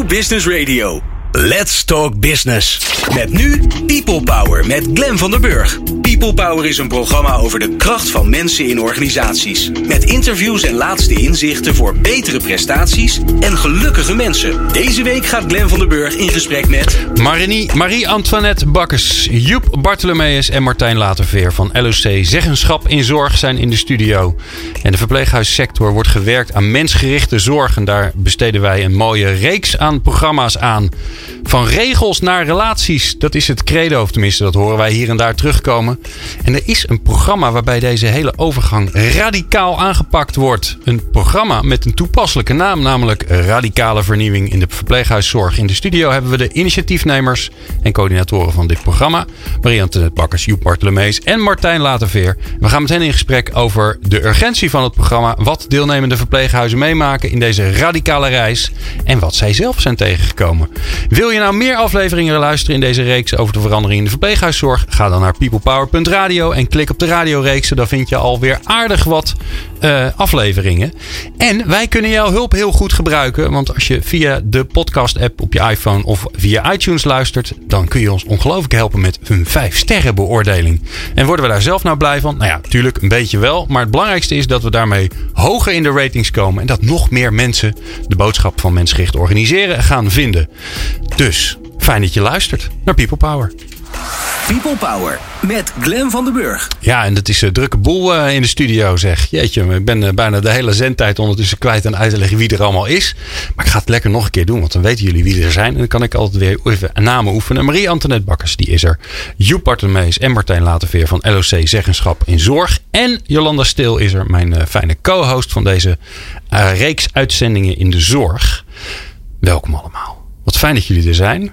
Business Radio. Let's Talk Business. Met nu People Power met Glenn van der Burg. People Power is een programma over de kracht van mensen in organisaties. Met interviews en laatste inzichten voor betere prestaties en gelukkige mensen. Deze week gaat Glenn van der Burg in gesprek met Marie-Antoinette Bakkes, Joep Bartolomeus en Martijn Laterveer van LOC Zeggenschap in Zorg zijn in de studio. En de verpleeghuissector wordt gewerkt aan mensgerichte zorg. En daar besteden wij een mooie reeks aan programma's aan. Van regels naar relaties, dat is het credo, of tenminste dat horen wij hier en daar terugkomen. En er is een programma waarbij deze hele overgang radicaal aangepakt wordt. Een programma met een toepasselijke naam, namelijk Radicale Vernieuwing in de Verpleeghuiszorg. In de studio hebben we de initiatiefnemers en coördinatoren van dit programma. Marie-Antoinette Bakkes, Joep Bartolomeus en Martijn Laterveer. We gaan meteen in gesprek over de urgentie van het programma. Wat deelnemende verpleeghuizen meemaken in deze radicale reis. En wat zij zelf zijn tegengekomen. Wil je nou meer afleveringen luisteren in deze reeks over de verandering in de verpleeghuiszorg? Ga dan naar peoplepower.radio en klik op de radioreeksen. Dan vind je alweer aardig wat afleveringen. En wij kunnen jouw hulp heel goed gebruiken. Want als je via de podcast-app op je iPhone of via iTunes luistert, dan kun je ons ongelooflijk helpen met een 5-sterren beoordeling. En worden we daar zelf nou blij van? Nou ja, natuurlijk een beetje wel. Maar het belangrijkste is dat we daarmee hoger in de ratings komen. En dat nog meer mensen de boodschap van mensgericht organiseren gaan vinden. Dus fijn dat je luistert naar People Power. People Power met Glenn van der Burg. Ja, en dat is een drukke boel in de studio, zeg. Jeetje, ik ben bijna de hele zendtijd ondertussen kwijt aan uit te leggen wie er allemaal is. Maar ik ga het lekker nog een keer doen, want dan weten jullie wie er zijn. En dan kan ik altijd weer even namen oefenen. Marie-Antoinette Bakkes, die is er. Joep Bartolomeus en Martijn Laterveer van LOC Zeggenschap in Zorg. En Jolanda Stil is er, mijn fijne co-host van deze reeks uitzendingen in de zorg. Welkom allemaal. Wat fijn dat jullie er zijn.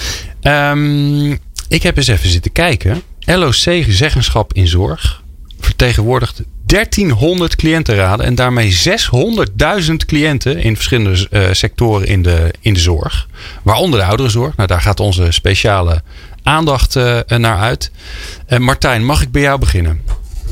Ik heb eens even zitten kijken. LOC Zeggenschap in Zorg vertegenwoordigt 1300 cliëntenraden en daarmee 600.000 cliënten in verschillende sectoren in de zorg. Waaronder de ouderenzorg. Nou, daar gaat onze speciale aandacht naar uit. Martijn, mag ik bij jou beginnen?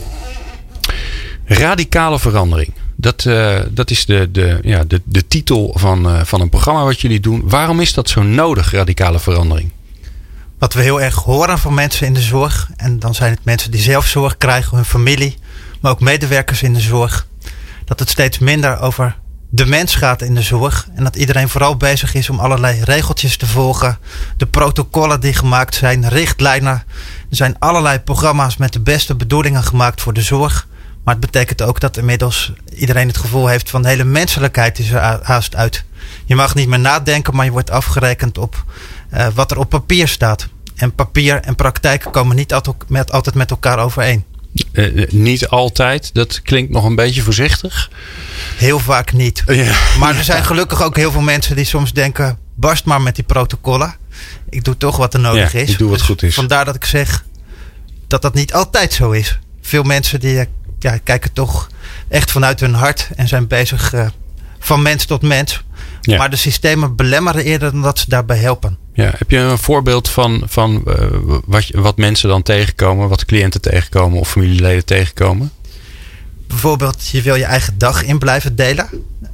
Radicale verandering. Dat is de titel van een programma wat jullie doen. Waarom is dat zo nodig, radicale verandering? Wat we heel erg horen van mensen in de zorg. En dan zijn het mensen die zelf zorg krijgen, hun familie. Maar ook medewerkers in de zorg. Dat het steeds minder over de mens gaat in de zorg. En dat iedereen vooral bezig is om allerlei regeltjes te volgen. De protocollen die gemaakt zijn, richtlijnen. Er zijn allerlei programma's met de beste bedoelingen gemaakt voor de zorg. Maar het betekent ook dat inmiddels iedereen het gevoel heeft van de hele menselijkheid is er haast uit. Je mag niet meer nadenken, maar je wordt afgerekend op wat er op papier staat. En papier en praktijk komen niet altijd met elkaar overeen. Niet altijd, dat klinkt nog een beetje voorzichtig. Heel vaak niet. Ja. Maar er zijn gelukkig ook heel veel mensen die soms denken, barst maar met die protocollen. Ik doe toch wat er nodig is. Ik doe wat goed is. Vandaar dat ik zeg dat dat niet altijd zo is. Veel mensen die kijken toch echt vanuit hun hart en zijn bezig van mens tot mens. Ja. Maar de systemen belemmeren eerder dan dat ze daarbij helpen. Ja, heb je een voorbeeld van wat mensen dan tegenkomen, wat cliënten tegenkomen of familieleden tegenkomen? Bijvoorbeeld, je wil je eigen dag in blijven delen.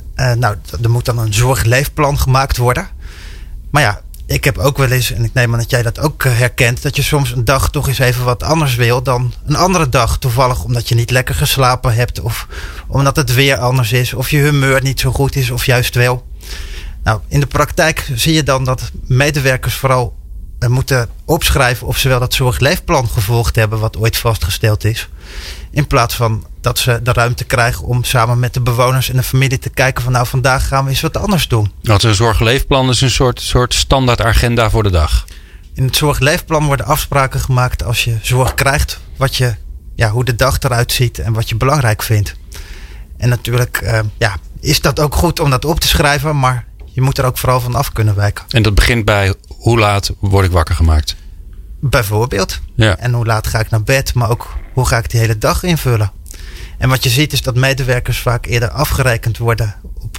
Er moet dan een zorgleefplan gemaakt worden. Maar ja, ik heb ook wel eens, en ik neem aan dat jij dat ook herkent, dat je soms een dag toch eens even wat anders wil dan een andere dag. Toevallig omdat je niet lekker geslapen hebt of omdat het weer anders is of je humeur niet zo goed is of juist wel. Nou, in de praktijk zie je dan dat medewerkers vooral moeten opschrijven of ze wel dat zorgleefplan gevolgd hebben wat ooit vastgesteld is. In plaats van dat ze de ruimte krijgen om samen met de bewoners en de familie te kijken van nou, vandaag gaan we eens wat anders doen. Want een zorgleefplan is een soort standaard agenda voor de dag. In het zorgleefplan worden afspraken gemaakt als je zorg krijgt, hoe de dag eruit ziet en wat je belangrijk vindt. En natuurlijk is dat ook goed om dat op te schrijven, maar je moet er ook vooral van af kunnen wijken. En dat begint bij hoe laat word ik wakker gemaakt? Bijvoorbeeld. Ja. En hoe laat ga ik naar bed, maar ook hoe ga ik die hele dag invullen. En wat je ziet is dat medewerkers vaak eerder afgerekend worden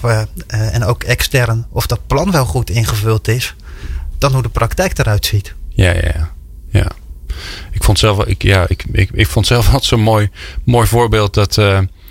en ook extern of dat plan wel goed ingevuld is dan hoe de praktijk eruit ziet. Ja. Ik vond zelf altijd zo'n mooi voorbeeld dat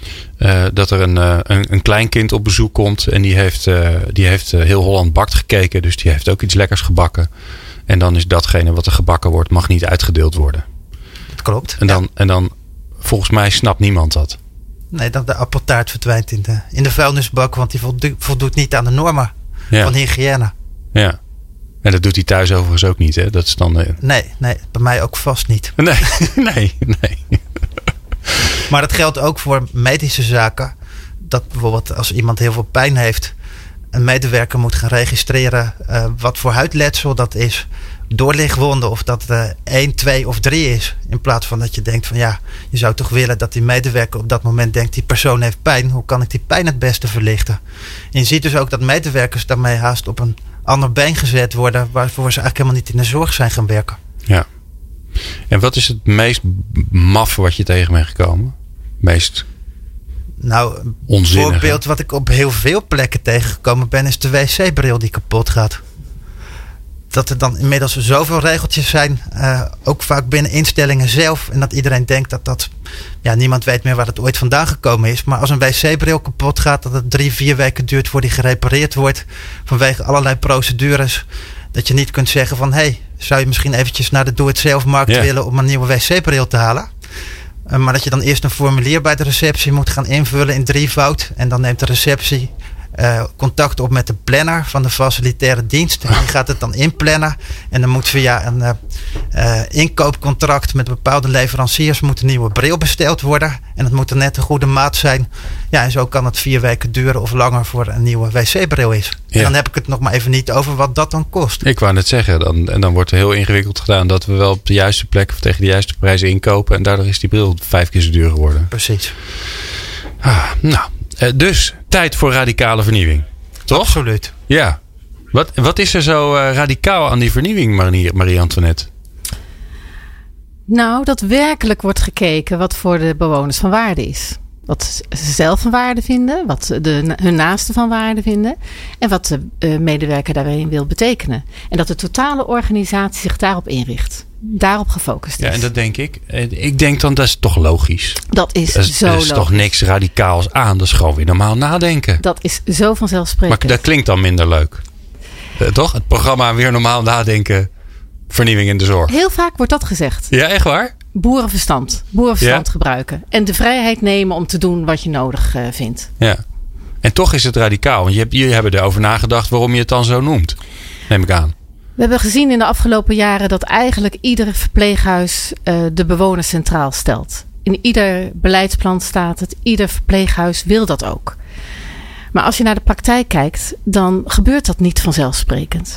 dat er een kleinkind op bezoek komt. En die heeft heel Holland Bakt gekeken. Dus die heeft ook iets lekkers gebakken. En dan is datgene wat er gebakken wordt, mag niet uitgedeeld worden. Dat klopt. En dan volgens mij snapt niemand dat. Nee, dat de appeltaart verdwijnt in de vuilnisbak. Want die voldoet niet aan de normen van hygiëne. Ja. En dat doet hij thuis overigens ook niet, hè? Dat is dan... Nee, bij mij ook vast niet. Nee. Maar dat geldt ook voor medische zaken. Dat bijvoorbeeld als iemand heel veel pijn heeft, een medewerker moet gaan registreren wat voor huidletsel dat is. Doorlichtwonden, of dat 1, 2 of 3 is. In plaats van dat je denkt van je zou toch willen dat die medewerker op dat moment denkt, die persoon heeft pijn. Hoe kan ik die pijn het beste verlichten? En je ziet dus ook dat medewerkers daarmee haast op een ander been gezet worden, waarvoor ze eigenlijk helemaal niet in de zorg zijn gaan werken. Ja. En wat is het meest maf wat je tegen bent gekomen? Meest een voorbeeld wat ik op heel veel plekken tegengekomen ben, is de wc-bril die kapot gaat. Dat er dan inmiddels zoveel regeltjes zijn, ook vaak binnen instellingen zelf. En dat iedereen denkt dat niemand weet meer waar het ooit vandaan gekomen is. Maar als een wc-bril kapot gaat, dat het 3-4 weken duurt voordat die gerepareerd wordt. Vanwege allerlei procedures. Dat je niet kunt zeggen van, zou je misschien eventjes naar de doe-het-zelf-markt willen om een nieuwe wc-bril te halen? Maar dat je dan eerst een formulier bij de receptie moet gaan invullen in 3-voud. En dan neemt de receptie contact op met de planner van de facilitaire dienst. En die gaat het dan inplannen. En dan moet via een inkoopcontract met bepaalde leveranciers moet een nieuwe bril besteld worden. En dat moet er net een goede maat zijn. Ja, en zo kan het 4 weken duren of langer voor een nieuwe wc-bril is. Ja. En dan heb ik het nog maar even niet over wat dat dan kost. Ik wou net zeggen, dan wordt er heel ingewikkeld gedaan dat we wel op de juiste plek of tegen de juiste prijs inkopen. En daardoor is die bril 5 keer zo duur geworden. Precies. Dus tijd voor radicale vernieuwing. Toch? Absoluut. Ja. Wat is er zo radicaal aan die vernieuwing, Marie-Antoinette? Nou, dat werkelijk wordt gekeken wat voor de bewoners van waarde is. Wat ze zelf van waarde vinden, wat hun naasten van waarde vinden en wat de medewerker daarin wil betekenen. En dat de totale organisatie zich daarop inricht. Daarop gefocust is. Ja, en dat denk ik. Ik denk dan, dat is toch logisch? Dat is zo logisch. Er is toch niks radicaals aan. Dat is gewoon weer normaal nadenken. Dat is zo vanzelfsprekend. Maar dat klinkt dan minder leuk. Toch? Het programma Weer Normaal Nadenken. Vernieuwing in de zorg. Heel vaak wordt dat gezegd. Ja, echt waar? Boerenverstand gebruiken. En de vrijheid nemen om te doen wat je nodig vindt. Ja. En toch is het radicaal. Want jullie hebben erover nagedacht waarom je het dan zo noemt. Neem ik aan. We hebben gezien in de afgelopen jaren dat eigenlijk ieder verpleeghuis de bewoner centraal stelt. In ieder beleidsplan staat het. Ieder verpleeghuis wil dat ook. Maar als je naar de praktijk kijkt, dan gebeurt dat niet vanzelfsprekend.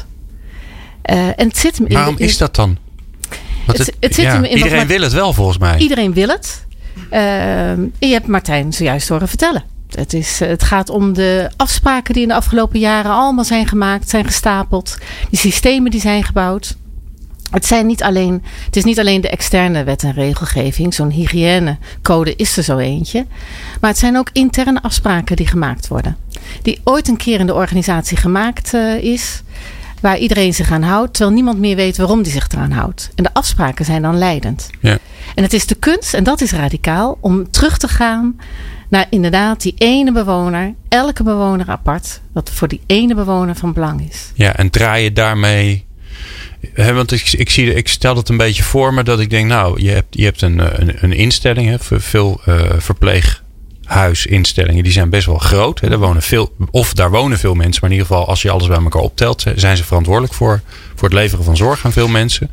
En het zit hem waarom is dat dan? Iedereen wil het wel volgens mij. Iedereen wil het. Je hebt Martijn zojuist horen vertellen. Het gaat om de afspraken die in de afgelopen jaren allemaal zijn gemaakt, zijn gestapeld. Die systemen die zijn gebouwd. Het is niet alleen de externe wet en regelgeving. Zo'n hygiënecode is er zo eentje. Maar het zijn ook interne afspraken die gemaakt worden. Die ooit een keer in de organisatie gemaakt is. Waar iedereen zich aan houdt. Terwijl niemand meer weet waarom die zich eraan houdt. En de afspraken zijn dan leidend. Ja. En het is de kunst, en dat is radicaal, om terug te gaan naar inderdaad die ene bewoner. Elke bewoner apart. Wat voor die ene bewoner van belang is. Ja, en draai je daarmee. Want ik stel het een beetje voor me dat ik denk, je hebt een instelling, veel verpleeghuisinstellingen, die zijn best wel groot. Daar wonen veel mensen, maar in ieder geval als je alles bij elkaar optelt, zijn ze verantwoordelijk voor het leveren van zorg aan veel mensen.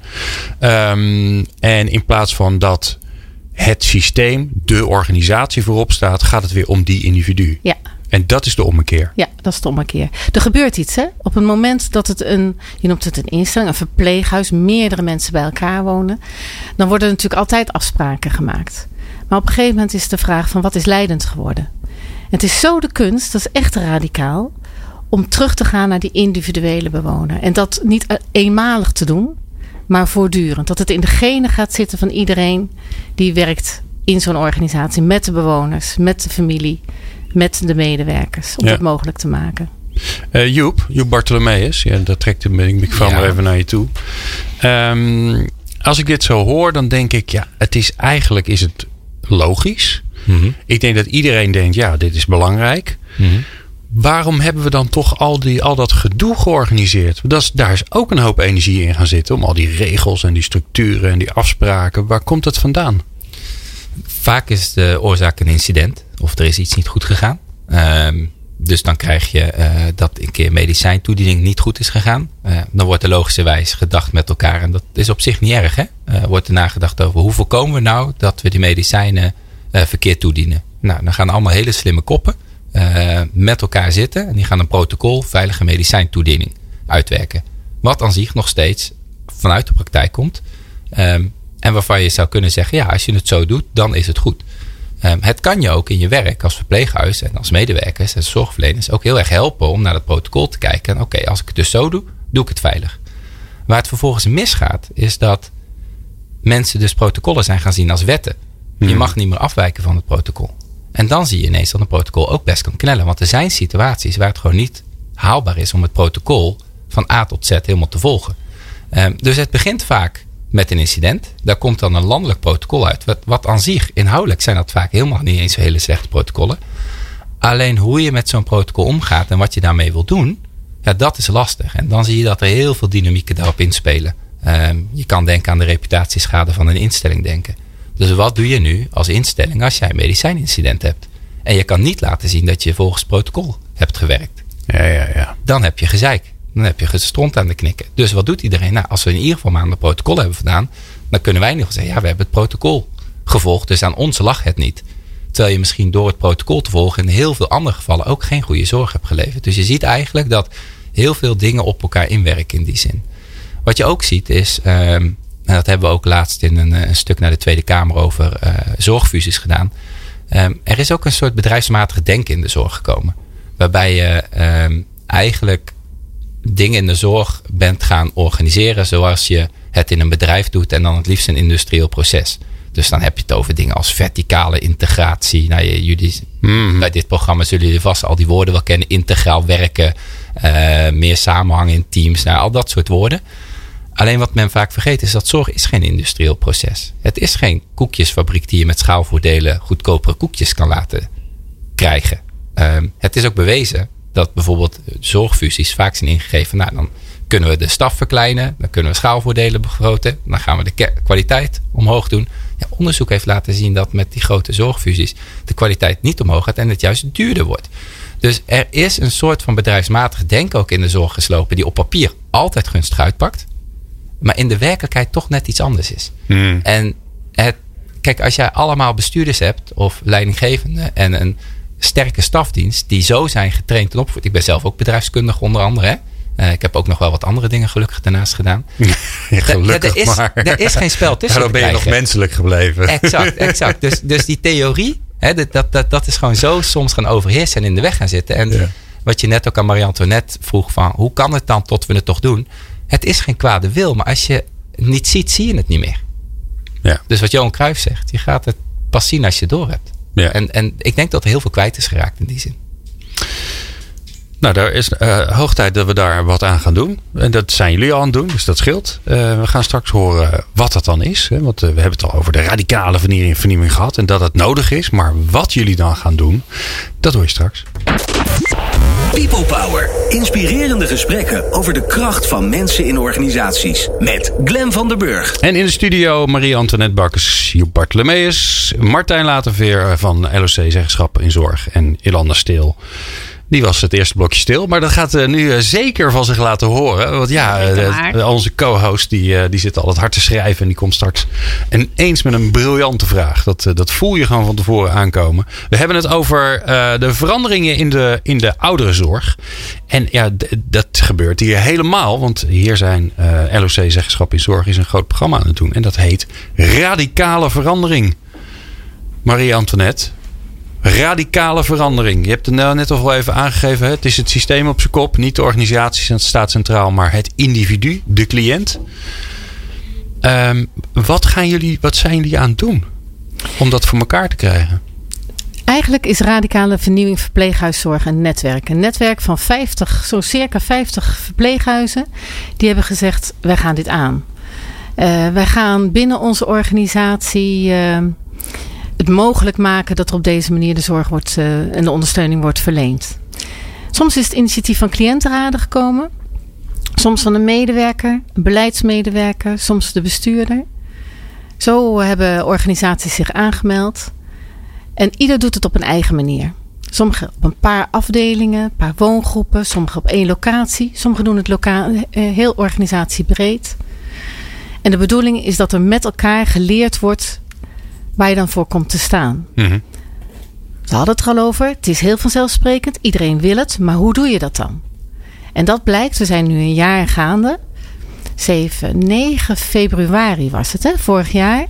En in plaats van dat het systeem, de organisatie voorop staat, gaat het weer om die individu. Ja. En dat is de ommekeer. Ja, dat is de ommekeer. Er gebeurt iets, hè? Op het moment dat het je noemt het een instelling, een verpleeghuis, meerdere mensen bij elkaar wonen, dan worden er natuurlijk altijd afspraken gemaakt. Maar op een gegeven moment is de vraag van wat is leidend geworden? En het is zo de kunst, dat is echt radicaal, om terug te gaan naar die individuele bewoner. En dat niet eenmalig te doen, maar voortdurend. Dat het in de genen gaat zitten van iedereen die werkt in zo'n organisatie, met de bewoners, met de familie, met de medewerkers, om dat mogelijk te maken. Joep Bartolomeus, dat trekt de microfoon maar even naar je toe. Als ik dit zo hoor, dan denk ik, is het logisch. Mm-hmm. Ik denk dat iedereen denkt, ja, dit is belangrijk. Mm-hmm. Waarom hebben we dan toch al dat gedoe georganiseerd? Daar is ook een hoop energie in gaan zitten. Om al die regels en die structuren en die afspraken. Waar komt dat vandaan? Vaak is de oorzaak een incident. Of er is iets niet goed gegaan. Dus dan krijg je dat een keer medicijntoediening niet goed is gegaan. Dan wordt er logischerwijs gedacht met elkaar. En dat is op zich niet erg. Hè? Wordt er nagedacht over hoe voorkomen we nou dat we die medicijnen verkeerd toedienen. Nou, dan gaan allemaal hele slimme koppen met elkaar zitten. En die gaan een protocol veilige medicijntoediening uitwerken. Wat aan zich nog steeds vanuit de praktijk komt. En waarvan je zou kunnen zeggen, ja, als je het zo doet, dan is het goed. Het kan je ook in je werk als verpleeghuis en als medewerkers en zorgverleners ook heel erg helpen om naar dat protocol te kijken. En oké, als ik het dus zo doe, doe ik het veilig. Waar het vervolgens misgaat, is dat mensen dus protocollen zijn gaan zien als wetten. Je mag niet meer afwijken van het protocol. En dan zie je ineens dat een protocol ook best kan knellen. Want er zijn situaties waar het gewoon niet haalbaar is om het protocol van A tot Z helemaal te volgen. Dus het begint vaak met een incident. Daar komt dan een landelijk protocol uit. Wat aan zich, inhoudelijk zijn dat vaak helemaal niet eens hele slechte protocollen. Alleen hoe je met zo'n protocol omgaat en wat je daarmee wil doen, ja, dat is lastig. En dan zie je dat er heel veel dynamieken daarop inspelen. Je kan denken aan de reputatieschade van een instelling denken. Dus wat doe je nu als instelling als jij een medicijnincident hebt? En je kan niet laten zien dat je volgens protocol hebt gewerkt. Ja. Dan heb je gezeik. Dan heb je gestront aan de knikken. Dus wat doet iedereen? Nou, als we in ieder geval maar aan het protocol hebben gedaan, dan kunnen wij in ieder geval zeggen, ja, we hebben het protocol gevolgd. Dus aan ons lag het niet. Terwijl je misschien door het protocol te volgen in heel veel andere gevallen ook geen goede zorg hebt geleverd. Dus je ziet eigenlijk dat heel veel dingen op elkaar inwerken in die zin. Wat je ook ziet is, en dat hebben we ook laatst in een stuk naar de Tweede Kamer over zorgfusies gedaan. Er is ook een soort bedrijfsmatige denken in de zorg gekomen. Waarbij je eigenlijk dingen in de zorg bent gaan organiseren zoals je het in een bedrijf doet en dan het liefst een industrieel proces. Dus dan heb je het over dingen als verticale integratie. Nou, jullie bij dit programma zullen jullie vast al die woorden wel kennen. Integraal werken, meer samenhang in teams, nou, al dat soort woorden. Alleen wat men vaak vergeet is dat zorg is geen industrieel proces. Het is geen koekjesfabriek die je met schaalvoordelen goedkopere koekjes kan laten krijgen. Het is ook bewezen dat bijvoorbeeld zorgfusies vaak zijn ingegeven. Nou, dan kunnen we de staf verkleinen. Dan kunnen we schaalvoordelen begroten. Dan gaan we de kwaliteit omhoog doen. Ja, onderzoek heeft laten zien dat met die grote zorgfusies de kwaliteit niet omhoog gaat en het juist duurder wordt. Dus er is een soort van bedrijfsmatig denken ook in de zorg geslopen die op papier altijd gunstig uitpakt. Maar in de werkelijkheid toch net iets anders is. En kijk, als jij allemaal bestuurders hebt of leidinggevenden en een sterke stafdienst die zo zijn getraind en opgevoed. Ik ben zelf ook bedrijfskundige onder andere. Hè? Ik heb ook nog wel wat andere dingen gelukkig daarnaast gedaan. Gelukkig maar. Er is geen spel tussen. Dan ben je nog menselijk gebleven. Exact. Dus die theorie, hè, dat is gewoon zo soms gaan overheersen en in de weg gaan zitten. En wat je net ook aan Marie-Antoinette vroeg van, hoe kan het dan tot we het toch doen? Het is geen kwade wil, maar als je het niet ziet, zie je het niet meer. Ja. Dus wat Johan Cruijff zegt, je gaat het pas zien als je het door hebt. Ja. En ik denk dat er heel veel kwijt is geraakt in die zin. Nou, daar is hoog tijd dat we daar wat aan gaan doen. En dat zijn jullie al aan het doen, dus dat scheelt. We gaan straks horen wat dat dan is. Hè? Want we hebben het al over de radicale vernieuwing gehad. En dat het nodig is. Maar wat jullie dan gaan doen, dat hoor je straks. People Power. Inspirerende gesprekken over de kracht van mensen in organisaties. Met Glen van der Burg. En in de studio Marie-Antoinette Bakkers, Joep Bartelemeus, Martijn Laterveer van LOC Zeggenschap in Zorg en Jolanda Steel. Die was het eerste blokje stil. Maar dat gaat nu zeker van zich laten horen. Want onze co-host die zit al het hard te schrijven. En die komt straks ineens met een briljante vraag. Dat voel je gewoon van tevoren aankomen. We hebben het over de veranderingen in de ouderenzorg. En ja, dat gebeurt hier helemaal. Want hier zijn LOC Zeggenschap in Zorg is een groot programma aan het doen. En dat heet Radicale Verandering. Marie-Antoinette. Radicale verandering. Je hebt het net al wel even aangegeven. Het is het systeem op zijn kop. Niet de organisatie staat centraal. Maar het individu. De cliënt. Wat zijn jullie aan het doen? Om dat voor elkaar te krijgen? Eigenlijk is radicale vernieuwing verpleeghuiszorg een netwerk. Een netwerk van zo'n circa 50 verpleeghuizen. Die hebben gezegd, wij gaan dit aan. Wij gaan binnen onze organisatie het mogelijk maken dat er op deze manier de zorg en de ondersteuning wordt verleend. Soms is het initiatief van cliëntenraden gekomen. Soms van een medewerker, een beleidsmedewerker, soms de bestuurder. Zo hebben organisaties zich aangemeld. En ieder doet het op een eigen manier. Sommigen op een paar afdelingen, een paar woongroepen. Sommigen op 1 locatie. Sommigen doen het heel organisatiebreed. En de bedoeling is dat er met elkaar geleerd wordt waar je dan voor komt te staan. Mm-hmm. We hadden het er al over. Het is heel vanzelfsprekend. Iedereen wil het. Maar hoe doe je dat dan? En dat blijkt. We zijn nu een jaar gaande. 9 februari was het, vorig jaar.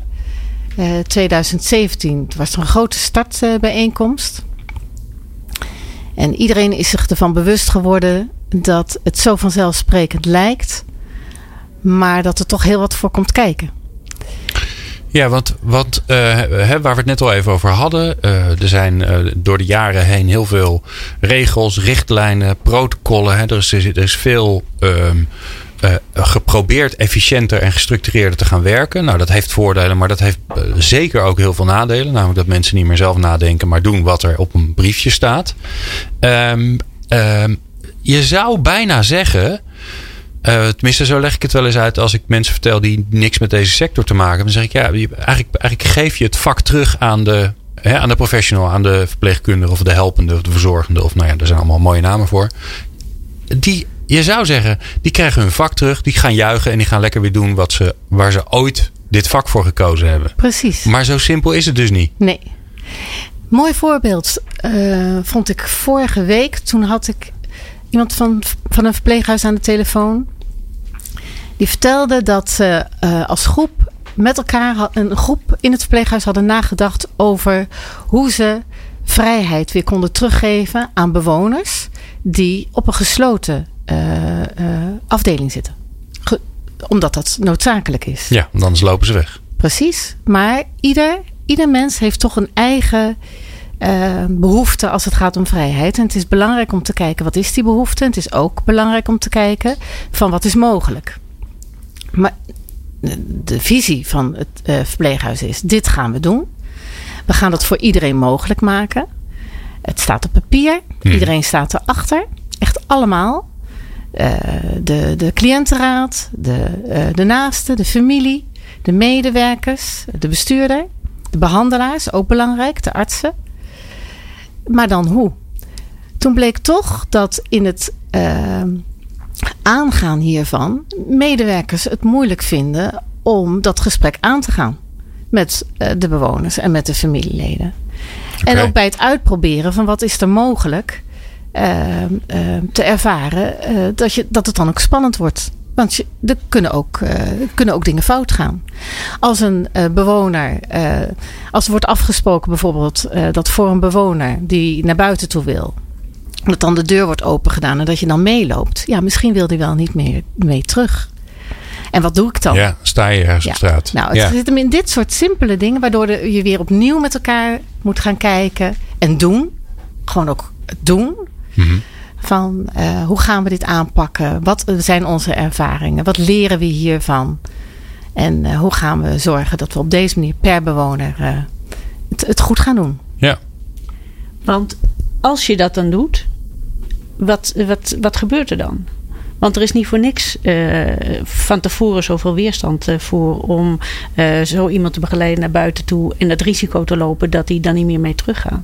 2017 was er een grote startbijeenkomst. En iedereen is zich ervan bewust geworden dat het zo vanzelfsprekend lijkt. Maar dat er toch heel wat voor komt kijken. Ja, want waar we het net al even over hadden. Er zijn door de jaren heen heel veel regels, richtlijnen, protocollen. Er is veel geprobeerd efficiënter en gestructureerder te gaan werken. Nou, dat heeft voordelen, maar dat heeft zeker ook heel veel nadelen. Namelijk dat mensen niet meer zelf nadenken, maar doen wat er op een briefje staat. Je zou bijna zeggen... tenminste, zo leg ik het wel eens uit als ik mensen vertel die niks met deze sector te maken hebben. Dan zeg ik, eigenlijk geef je het vak terug aan de professional, aan de verpleegkundige of de helpende of de verzorgende. Of daar zijn allemaal mooie namen voor. Je zou zeggen, die krijgen hun vak terug, die gaan juichen en die gaan lekker weer doen waar ze ooit dit vak voor gekozen hebben. Precies. Maar zo simpel is het dus niet. Nee. Mooi voorbeeld vond ik vorige week. Toen had ik iemand van een verpleeghuis aan de telefoon. Die vertelde dat ze als groep met elkaar, een groep in het verpleeghuis hadden nagedacht over hoe ze vrijheid weer konden teruggeven aan bewoners die op een gesloten afdeling zitten. Omdat dat noodzakelijk is. Ja, want anders lopen ze weg. Precies. Maar ieder mens heeft toch een eigen behoefte als het gaat om vrijheid. En het is belangrijk om te kijken wat is die behoefte. En het is ook belangrijk om te kijken van wat is mogelijk. Maar de visie van het verpleeghuis is: dit gaan we doen. We gaan dat voor iedereen mogelijk maken. Het staat op papier. Iedereen staat erachter. Echt allemaal. De cliëntenraad, de naasten, de familie, de medewerkers, de bestuurder, de behandelaars, ook belangrijk, de artsen. Maar dan hoe? Toen bleek toch dat in het aangaan hiervan medewerkers het moeilijk vinden om dat gesprek aan te gaan met de bewoners en met de familieleden. Okay. En ook bij het uitproberen van wat is er mogelijk te ervaren dat het dan ook spannend wordt. Want er kunnen ook dingen fout gaan. Als een bewoner, als er wordt afgesproken bijvoorbeeld dat voor een bewoner die naar buiten toe wil, dat dan de deur wordt opengedaan en dat je dan meeloopt. Ja, misschien wil die wel niet meer mee terug. En wat doe ik dan? Ja, sta je ergens op straat. Nou, het zit hem in dit soort simpele dingen, waardoor je weer opnieuw met elkaar moet gaan kijken en doen. Gewoon ook doen. Mm-hmm. Van hoe gaan we dit aanpakken? Wat zijn onze ervaringen? Wat leren we hiervan? En hoe gaan we zorgen dat we op deze manier per bewoner het goed gaan doen? Ja. Want als je dat dan doet, wat gebeurt er dan? Want er is niet voor niks van tevoren zoveel weerstand voor om zo iemand te begeleiden naar buiten toe en het risico te lopen dat hij dan niet meer mee teruggaat.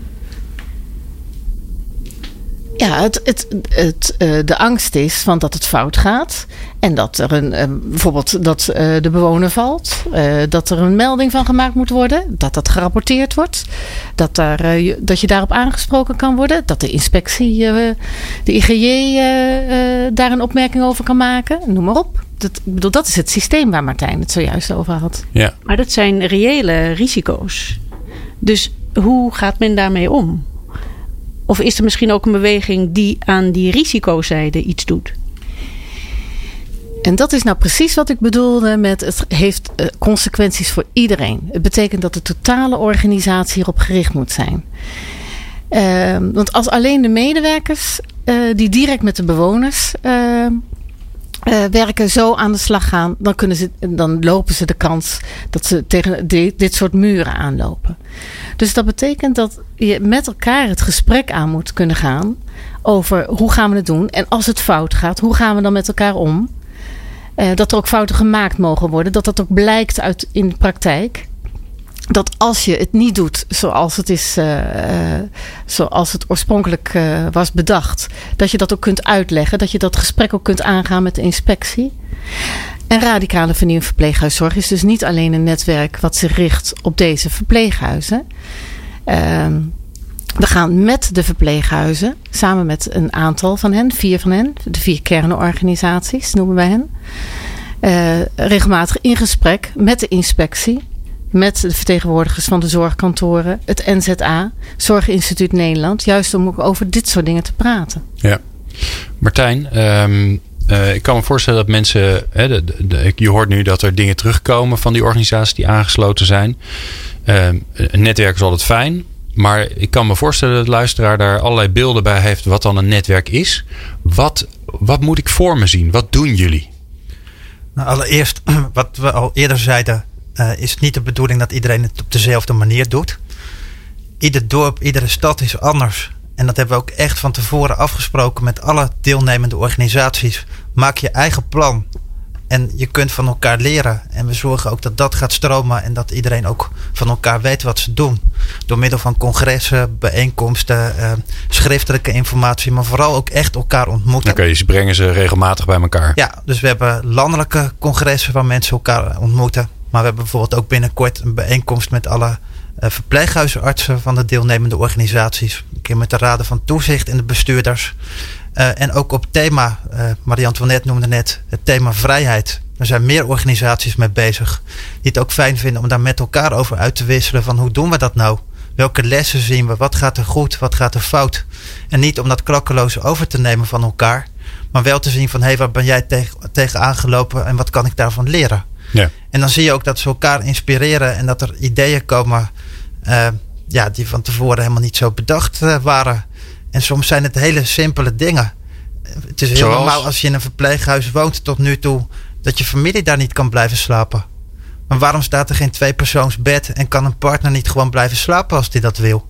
Ja, de angst is van dat het fout gaat. En dat er bijvoorbeeld de bewoner valt. Dat er een melding van gemaakt moet worden. Dat gerapporteerd wordt. Dat je daarop aangesproken kan worden. Dat de inspectie, de IGJ daar een opmerking over kan maken. Noem maar op. Dat is het systeem waar Martijn het zojuist over had. Ja. Maar dat zijn reële risico's. Dus hoe gaat men daarmee om? Of is er misschien ook een beweging die aan die risicozijde iets doet? En dat is nou precies wat ik bedoelde met het heeft consequenties voor iedereen. Het betekent dat de totale organisatie hierop gericht moet zijn. Want als alleen de medewerkers die direct met de bewoners werken zo aan de slag gaan, dan lopen ze de kans dat ze tegen dit soort muren aanlopen. Dus dat betekent dat je met elkaar het gesprek aan moet kunnen gaan over hoe gaan we het doen. En als het fout gaat, hoe gaan we dan met elkaar om? Dat er ook fouten gemaakt mogen worden. Dat ook blijkt in de praktijk. Dat als je het niet doet zoals het is, zoals het oorspronkelijk was bedacht, dat je dat ook kunt uitleggen, dat je dat gesprek ook kunt aangaan met de inspectie. En radicale vernieuwing verpleeghuiszorg is dus niet alleen een netwerk wat zich richt op deze verpleeghuizen. We gaan met de verpleeghuizen, samen met een aantal van hen, 4 van hen, de 4 kernorganisaties noemen wij hen, regelmatig in gesprek met de inspectie, met de vertegenwoordigers van de zorgkantoren, het NZA, Zorginstituut Nederland, juist om ook over dit soort dingen te praten. Ja. Martijn, ik kan me voorstellen dat mensen, je hoort nu dat er dingen terugkomen van die organisaties die aangesloten zijn. Een netwerk is altijd fijn, maar ik kan me voorstellen dat de luisteraar daar allerlei beelden bij heeft wat dan een netwerk is. Wat moet ik voor me zien? Wat doen jullie? Nou, allereerst, wat we al eerder zeiden, is het niet de bedoeling dat iedereen het op dezelfde manier doet. Ieder dorp, iedere stad is anders. En dat hebben we ook echt van tevoren afgesproken met alle deelnemende organisaties. Maak je eigen plan. En je kunt van elkaar leren. En we zorgen ook dat dat gaat stromen. En dat iedereen ook van elkaar weet wat ze doen. Door middel van congressen, bijeenkomsten, schriftelijke informatie. Maar vooral ook echt elkaar ontmoeten. Oké, dus brengen ze regelmatig bij elkaar. Ja, dus we hebben landelijke congressen waar mensen elkaar ontmoeten. Maar we hebben bijvoorbeeld ook binnenkort een bijeenkomst met alle verpleeghuisartsen van de deelnemende organisaties. Een keer met de raden van toezicht en de bestuurders. En ook op thema, Marie-Antoinette noemde net, het thema vrijheid. Er zijn meer organisaties mee bezig die het ook fijn vinden om daar met elkaar over uit te wisselen van hoe doen we dat nou? Welke lessen zien we? Wat gaat er goed? Wat gaat er fout? En niet om dat klakkeloos over te nemen van elkaar, maar wel te zien van waar ben jij tegen aangelopen en wat kan ik daarvan leren? Ja. En dan zie je ook dat ze elkaar inspireren en dat er ideeën komen die van tevoren helemaal niet zo bedacht waren. En soms zijn het hele simpele dingen. Het is heel normaal als je in een verpleeghuis woont tot nu toe dat je familie daar niet kan blijven slapen. Maar waarom staat er geen 2-persoonsbed en kan een partner niet gewoon blijven slapen als die dat wil?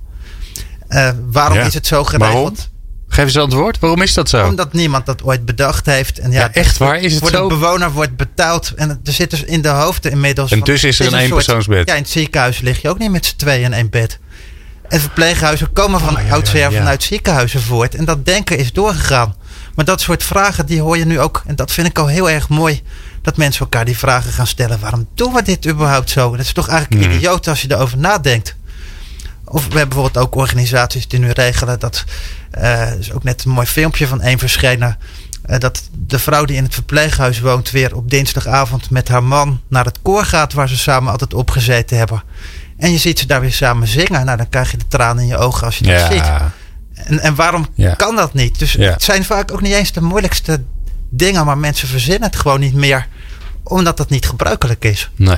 Waarom is het zo geregeld? Waarom? Geef eens antwoord. Waarom is dat zo? Omdat niemand dat ooit bedacht heeft. En echt waar? Is het voor zo? De bewoner wordt betaald. En er zit dus in de hoofden inmiddels. En dus is er een 1-persoonsbed. Ja, in het ziekenhuis lig je ook niet met z'n tweeën in 1 bed. En verpleeghuizen komen van oudsher vanuit ziekenhuizen voort. En dat denken is doorgegaan. Maar dat soort vragen die hoor je nu ook. En dat vind ik al heel erg mooi. Dat mensen elkaar die vragen gaan stellen. Waarom doen we dit überhaupt zo? Dat is toch eigenlijk idioot als je erover nadenkt. Of we hebben bijvoorbeeld ook organisaties die nu regelen dat. Is ook net een mooi filmpje van één verschenen. Dat de vrouw die in het verpleeghuis woont weer op dinsdagavond met haar man naar het koor gaat waar ze samen altijd opgezeten hebben. En je ziet ze daar weer samen zingen. Nou, dan krijg je de tranen in je ogen als je dat ziet. En waarom kan dat niet? Dus het zijn vaak ook niet eens de moeilijkste dingen, maar mensen verzinnen het gewoon niet meer, omdat dat niet gebruikelijk is. Nee.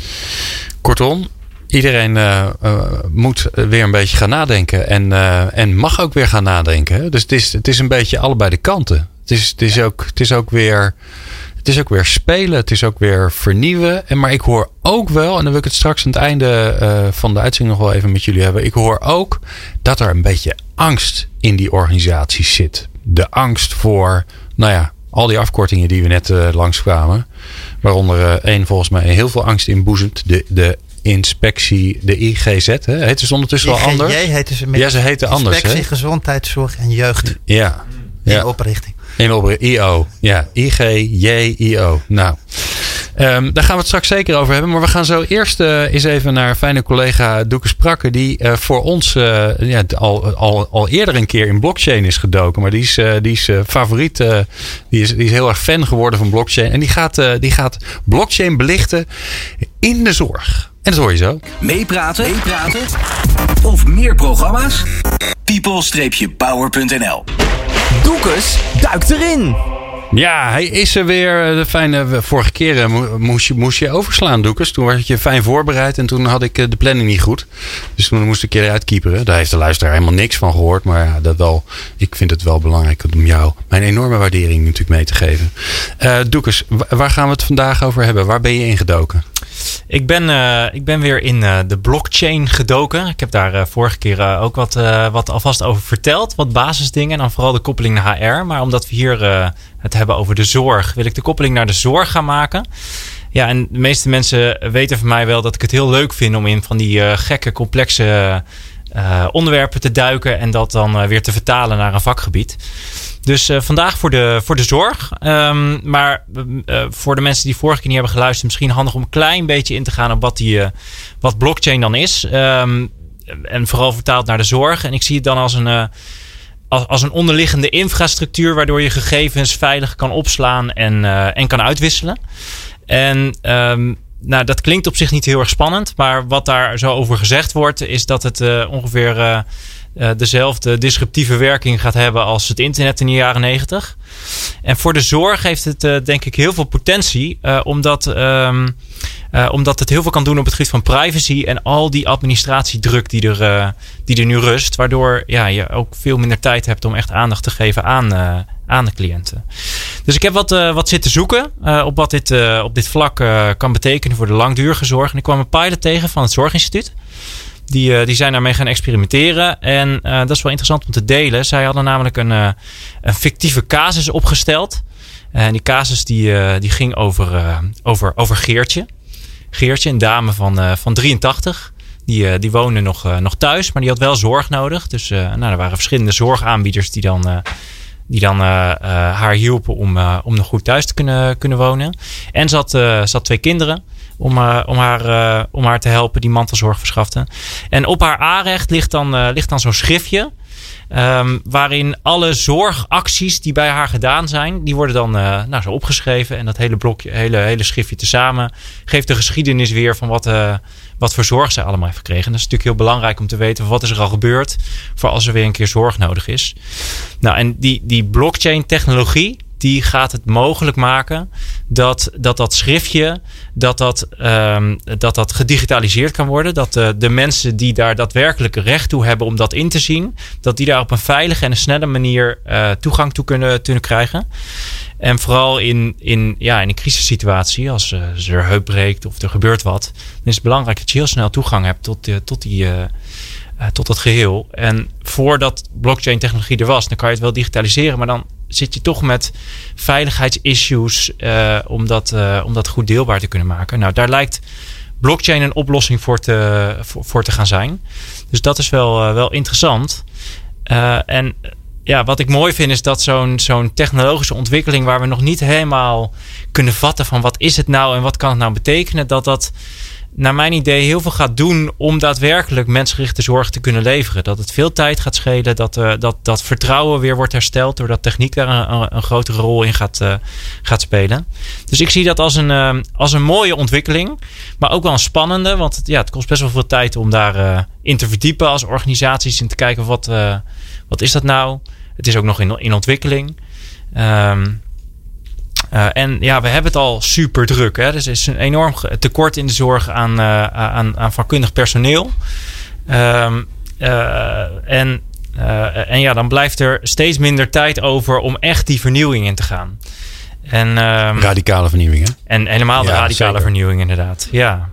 Kortom, iedereen moet weer een beetje gaan nadenken. En mag ook weer gaan nadenken. Hè? Dus het is een beetje allebei de kanten. Het is ook weer spelen. Het is ook weer vernieuwen. Maar ik hoor ook wel, en dan wil ik het straks aan het einde van de uitzending nog wel even met jullie hebben. Ik hoor ook dat er een beetje angst in die organisaties zit. De angst voor, al die afkortingen die we net langskwamen. Waaronder één volgens mij heel veel angst inboezemt. De inspectie, de IGZ. Hè? Heet ze ondertussen wel anders? Heten ze met ze heten anders. Inspectie, gezondheidszorg en jeugd. Ja. In oprichting. IO. Ja, IGJIO. Nou, daar gaan we het straks zeker over hebben. Maar we gaan zo eerst eens even naar fijne collega Doeke Sprakke. Die voor ons al eerder een keer in blockchain is gedoken. Maar die is favoriet. Die is heel erg fan geworden van blockchain. En die gaat blockchain belichten in de zorg. En dat hoor je zo. Meepraten? Of meer programma's? people-power.nl. Doekes duikt erin. Ja, hij is er weer. De fijne vorige keer moest je overslaan, Doekes. Toen was je fijn voorbereid en toen had ik de planning niet goed. Dus toen moest ik een keer uitkieperen. Daar heeft de luisteraar helemaal niks van gehoord. Maar ja, ik vind het wel belangrijk om jou mijn enorme waardering natuurlijk mee te geven. Doekes, waar gaan we het vandaag over hebben? Waar ben je ingedoken? Ik ben weer in de blockchain gedoken. Ik heb daar vorige keer ook wat alvast over verteld. Wat basisdingen en dan vooral de koppeling naar HR. Maar omdat we hier het hebben over de zorg, wil ik de koppeling naar de zorg gaan maken. Ja, en de meeste mensen weten van mij wel dat ik het heel leuk vind om in van die gekke, complexe onderwerpen te duiken en dat dan weer te vertalen naar een vakgebied. Dus vandaag voor de zorg. Maar voor de mensen die vorige keer niet hebben geluisterd, misschien handig om een klein beetje in te gaan op wat blockchain dan is. En vooral vertaald naar de zorg. En ik zie het dan als een onderliggende infrastructuur waardoor je gegevens veilig kan opslaan en kan uitwisselen. En dat klinkt op zich niet heel erg spannend. Maar wat daar zo over gezegd wordt, is dat het ongeveer dezelfde disruptieve werking gaat hebben als het internet in de jaren 90. En voor de zorg heeft het denk ik heel veel potentie. Omdat het heel veel kan doen op het gebied van privacy en al die administratiedruk die er nu rust. Waardoor je ook veel minder tijd hebt om echt aandacht te geven aan de cliënten. Dus ik heb wat zitten zoeken op wat op dit vlak kan betekenen voor de langdurige zorg. En ik kwam een pilot tegen van het Zorginstituut. Die zijn daarmee gaan experimenteren. En dat is wel interessant om te delen. Zij hadden namelijk een fictieve casus opgesteld. En die casus die ging over Geertje. Geertje, een dame van 83. Die woonde nog thuis, maar die had wel zorg nodig. Dus er waren verschillende zorgaanbieders die dan haar hielpen om nog goed thuis te kunnen wonen. En ze had 2 kinderen om haar te helpen die mantelzorg verschafte. En op haar aanrecht ligt dan zo'n schriftje. Waarin alle zorgacties die bij haar gedaan zijn, die worden dan zo opgeschreven. En dat hele blokje, hele schriftje tezamen geeft de geschiedenis weer van wat voor zorg zij allemaal heeft gekregen. En dat is natuurlijk heel belangrijk om te weten wat is er al gebeurd voor als er weer een keer zorg nodig is. Nou, en die blockchain technologie, die gaat het mogelijk maken dat schriftje, dat gedigitaliseerd kan worden. Dat de mensen die daar daadwerkelijk recht toe hebben om dat in te zien, dat die daar op een veilige en een snelle manier toegang toe kunnen krijgen. En vooral in een crisissituatie, als er heup breekt of er gebeurt wat, dan is het belangrijk dat je heel snel toegang hebt tot dat geheel. En voordat blockchain technologie er was, dan kan je het wel digitaliseren, maar dan zit je toch met veiligheidsissues om dat goed deelbaar te kunnen maken. Nou, daar lijkt blockchain een oplossing voor te gaan zijn. Dus dat is wel interessant. En wat ik mooi vind is dat zo'n technologische ontwikkeling waar we nog niet helemaal kunnen vatten van wat is het nou en wat kan het nou betekenen, dat naar mijn idee heel veel gaat doen om daadwerkelijk mensgerichte zorg te kunnen leveren. Dat het veel tijd gaat schelen, dat vertrouwen weer wordt hersteld doordat techniek daar een grotere rol in gaat spelen. Dus ik zie dat als een mooie ontwikkeling, maar ook wel een spannende, want het kost best wel veel tijd om daar in te verdiepen als organisaties en te kijken wat is dat nou? Het is ook nog in ontwikkeling. En we hebben het al super druk. Hè? Dus er is een enorm tekort in de zorg aan vakkundig personeel. Dan blijft er steeds minder tijd over om echt die vernieuwing in te gaan. Radicale vernieuwing, hè? En helemaal de radicale zeker. Vernieuwing, inderdaad. Ja.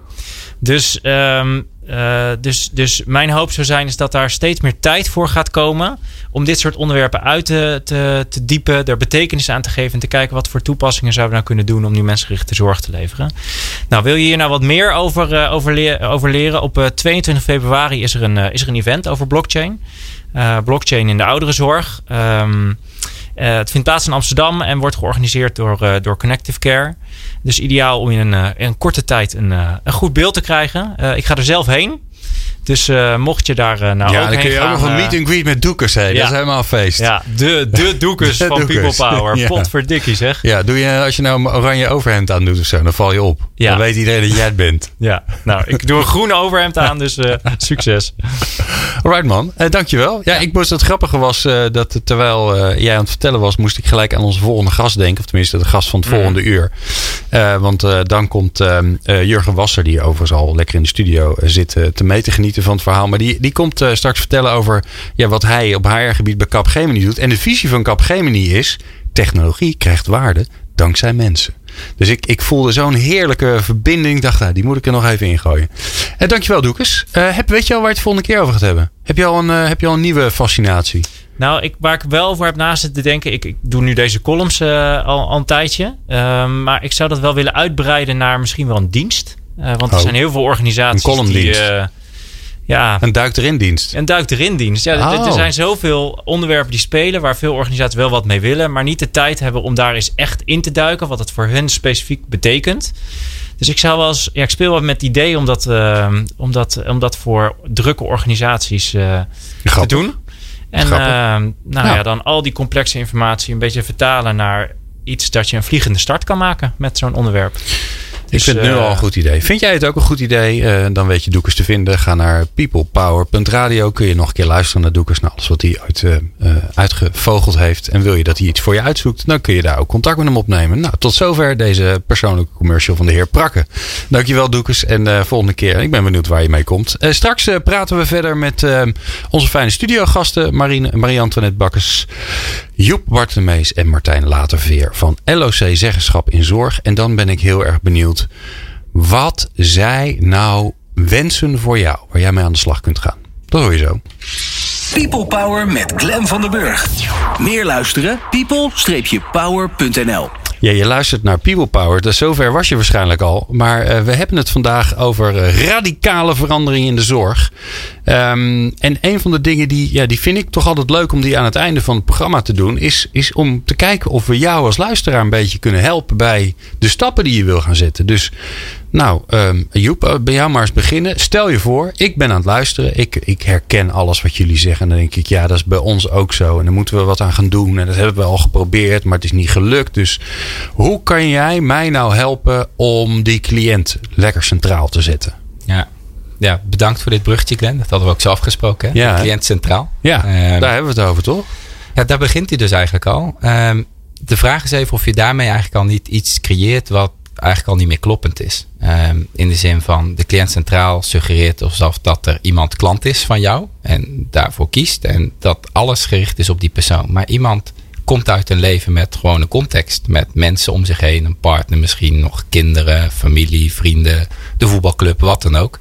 Dus mijn hoop zou zijn is dat daar steeds meer tijd voor gaat komen om dit soort onderwerpen uit te diepen, er betekenis aan te geven en te kijken wat voor toepassingen zouden we nou kunnen doen om die mensgerichte zorg te leveren. Nou, wil je hier nou wat meer over leren? Op 22 februari is er een event over blockchain. Blockchain in de ouderenzorg. Het vindt plaats in Amsterdam en wordt georganiseerd door Connective Care. Dus ideaal om in een korte tijd een goed beeld te krijgen. Ik ga er zelf heen. Dus mocht je daar ook heen gaan. Ja, dan kun je ook nog een meet and greet met Doekes heen. Ja. Dat is helemaal een feest. Ja, de Doekes van People Power. Ja. Potverdikkie zeg. Ja, doe je als je nou een oranje overhemd aan doet of zo, dan val je op. Ja. Dan weet iedereen dat jij het bent. Ja, nou, ik doe een groene overhemd aan, dus succes. Alright man, dankjewel. Ja, ik moest, het grappige was dat terwijl jij aan het vertellen was, moest ik gelijk aan onze volgende gast denken. Of tenminste de gast van het volgende uur. Want dan komt Jurgen Wasser, die overigens al lekker in de studio zit te mee te genieten van het verhaal. Maar die komt straks vertellen over wat hij op HR-gebied bij Capgemini doet. En de visie van Capgemini is, technologie krijgt waarde dankzij mensen. Dus ik voelde zo'n heerlijke verbinding. Ik dacht, die moet ik er nog even ingooien. Dankjewel, Doekes. Weet je al waar je het volgende keer over gaat hebben? Heb je al een nieuwe fascinatie? Nou, waar ik wel over heb naast te denken. Ik doe nu deze columns al een tijdje. Maar ik zou dat wel willen uitbreiden naar misschien wel een dienst. Want er zijn heel veel organisaties een columndienst. Een duik erin dienst. Een duik erin dienst. Ja, er zijn zoveel onderwerpen die spelen waar veel organisaties wel wat mee willen, maar niet de tijd hebben om daar eens echt in te duiken, wat het voor hun specifiek betekent. Dus ik zou wel eens, ik speel wel met het idee om dat voor drukke organisaties te doen. En dan al die complexe informatie een beetje vertalen naar iets dat je een vliegende start kan maken met zo'n onderwerp. Ik vind het nu al een goed idee. Vind jij het ook een goed idee? Dan weet je Doekes te vinden. Ga naar peoplepower.radio. Kun je nog een keer luisteren naar Doekes. Naar alles wat hij uitgevogeld heeft. En wil je dat hij iets voor je uitzoekt, dan kun je daar ook contact met hem opnemen. Nou, tot zover deze persoonlijke commercial van de heer Prakke. Dankjewel Doekes. En volgende keer. Ik ben benieuwd waar je mee komt. Straks praten we verder met onze fijne studiogasten. Marie-Antoinette Bakkers, Joep Bartlemees en Martijn Laterveer van LOC Zeggenschap in Zorg. En dan ben ik heel erg benieuwd wat zij nou wensen voor jou, waar jij mee aan de slag kunt gaan. Dat hoor je zo. People Power met Glenn van den Burg. Meer luisteren? people-power.nl. Ja, je luistert naar People Power. Dus zover was je waarschijnlijk al. Maar we hebben het vandaag over radicale veranderingen in de zorg. En een van de dingen die vind ik toch altijd leuk om die aan het einde van het programma te doen, is om te kijken of we jou als luisteraar een beetje kunnen helpen bij de stappen die je wil gaan zetten. Dus Joep, bij jou maar eens beginnen. Stel je voor, ik ben aan het luisteren. Ik herken alles wat jullie zeggen. En dan denk ik, ja, dat is bij ons ook zo. En daar moeten we wat aan gaan doen. En dat hebben we al geprobeerd, maar het is niet gelukt. Dus hoe kan jij mij nou helpen om die cliënt lekker centraal te zetten? Ja, bedankt voor dit bruggetje, Glenn. Dat hadden we ook zo afgesproken. Hè? Ja, de cliënt centraal. Ja, daar hebben we het over, toch? Ja, daar begint hij dus eigenlijk al. De vraag is even of je daarmee eigenlijk al niet iets creëert wat eigenlijk al niet meer kloppend is. In de zin van de cliënt centraal suggereert alsof dat er iemand klant is van jou en daarvoor kiest en dat alles gericht is op die persoon. Maar iemand komt uit een leven met gewoon een context, met mensen om zich heen, een partner misschien, nog kinderen, familie, vrienden, de voetbalclub, wat dan ook.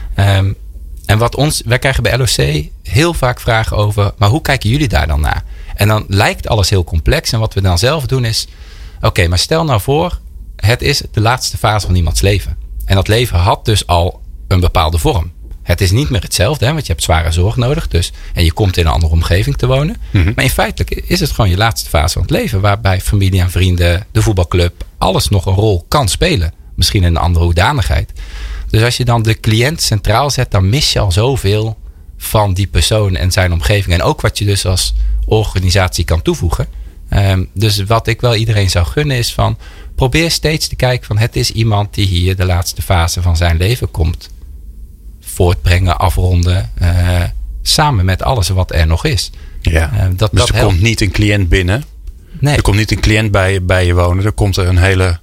En wij krijgen bij LOC heel vaak vragen over, maar hoe kijken jullie daar dan naar? En dan lijkt alles heel complex en wat we dan zelf doen is, oké, maar stel nou voor, het is de laatste fase van iemands leven. En dat leven had dus al een bepaalde vorm. Het is niet meer hetzelfde, hè, want je hebt zware zorg nodig. Dus, en je komt in een andere omgeving te wonen. Mm-hmm. Maar in feite is het gewoon je laatste fase van het leven. Waarbij familie en vrienden, de voetbalclub, alles nog een rol kan spelen. Misschien in een andere hoedanigheid. Dus als je dan de cliënt centraal zet, dan mis je al zoveel van die persoon en zijn omgeving. En ook wat je dus als organisatie kan toevoegen. Dus wat ik wel iedereen zou gunnen is van, probeer steeds te kijken van, het is iemand die hier de laatste fase van zijn leven komt voortbrengen, afronden, samen met alles wat er nog is. Ja, dus er komt niet een cliënt binnen. Nee. Er komt niet een cliënt bij je wonen. Er komt er